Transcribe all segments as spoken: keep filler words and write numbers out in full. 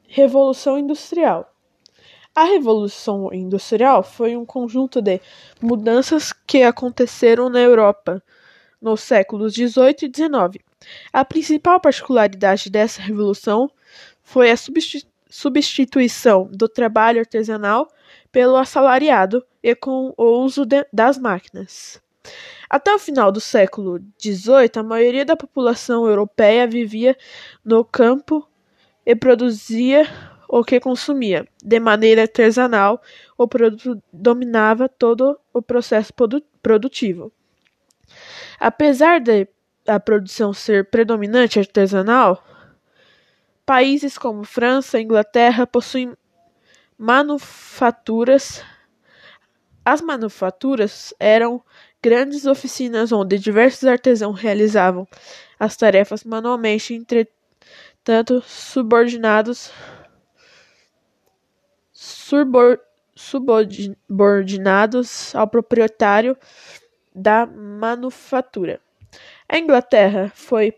Revolução Industrial. A Revolução Industrial foi um conjunto de mudanças que aconteceram na Europa nos séculos dezoito e dezenove. A principal particularidade dessa revolução foi a substituição do trabalho artesanal pelo assalariado e com o uso de, das máquinas. Até o final do século dezoito, a maioria da população europeia vivia no campo e produzia o que consumia. De maneira artesanal, o produto dominava todo o processo produtivo. Apesar de a produção ser predominante artesanal, países como França e Inglaterra possuem manufaturas. As manufaturas eram grandes oficinas onde diversos artesãos realizavam as tarefas manualmente, entretanto subordinados subordinados ao proprietário da manufatura. A Inglaterra foi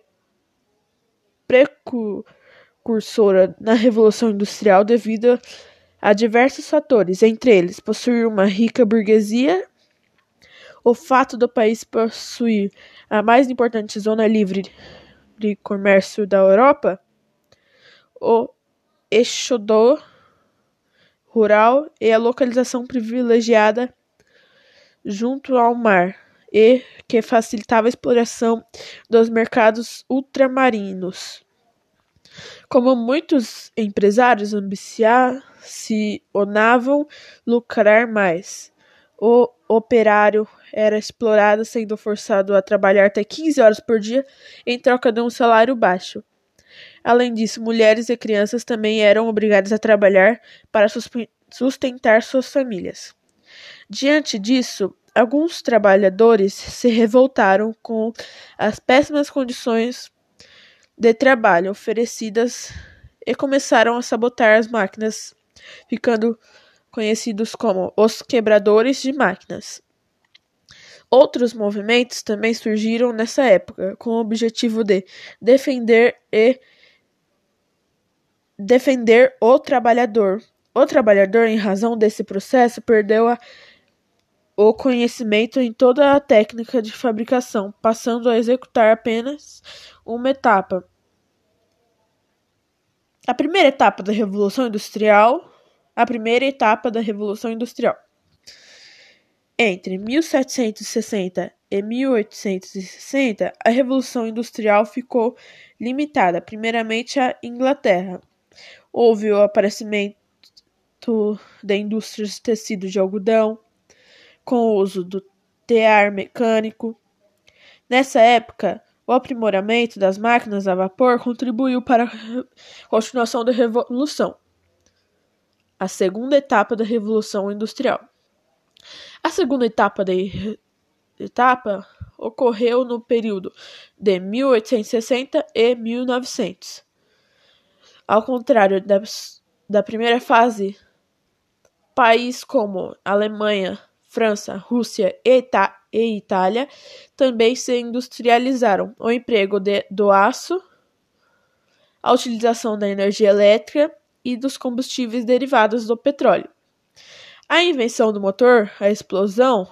precursora na Revolução Industrial devido a diversos fatores, entre eles possuir uma rica burguesia, o fato do país possuir a mais importante zona livre de comércio da Europa, o eixo rural e a localização privilegiada junto ao mar, e que facilitava a exploração dos mercados ultramarinos. Como muitos empresários ambicionavam lucrar mais, o operário era explorado, sendo forçado a trabalhar até quinze horas por dia em troca de um salário baixo. Além disso, mulheres e crianças também eram obrigadas a trabalhar para sustentar suas famílias. Diante disso, alguns trabalhadores se revoltaram com as péssimas condições de trabalho oferecidas e começaram a sabotar as máquinas, ficando conhecidos como os quebradores de máquinas. Outros movimentos também surgiram nessa época, com o objetivo de defender e defender o trabalhador. O trabalhador, em razão desse processo, perdeu a, o conhecimento em toda a técnica de fabricação, passando a executar apenas uma etapa. A primeira etapa da Revolução Industrial, a primeira etapa da Revolução Industrial. Entre mil setecentos e sessenta e mil oitocentos e sessenta, a Revolução Industrial ficou limitada primeiramente à Inglaterra. Houve o aparecimento da indústria de tecido de algodão, com o uso do tear mecânico. Nessa época, o aprimoramento das máquinas a vapor contribuiu para a continuação da Revolução, a segunda etapa da Revolução Industrial. A segunda etapa da etapa ocorreu no período de mil oitocentos e sessenta e mil e novecentos. Ao contrário da, da primeira fase, países como Alemanha, França, Rússia e, Ita- e Itália também se industrializaram. O emprego de, do aço, a utilização da energia elétrica e dos combustíveis derivados do petróleo. A invenção do motor, a explosão,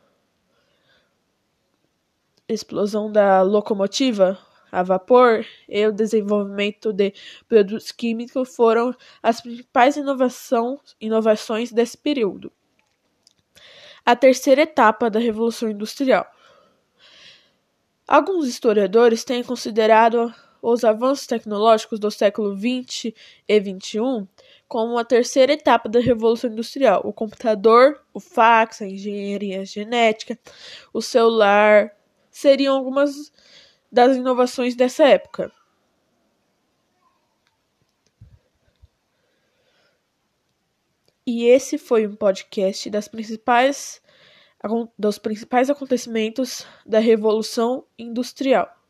explosão da locomotiva a vapor e o desenvolvimento de produtos químicos foram as principais inovação, inovações desse período. A terceira etapa da Revolução Industrial. Alguns historiadores têm considerado os avanços tecnológicos do século vinte e vinte e um como a terceira etapa da Revolução Industrial. O computador, o fax, a engenharia genética, o celular seriam algumas das inovações dessa época. E esse foi um podcast das principais, dos principais acontecimentos da Revolução Industrial.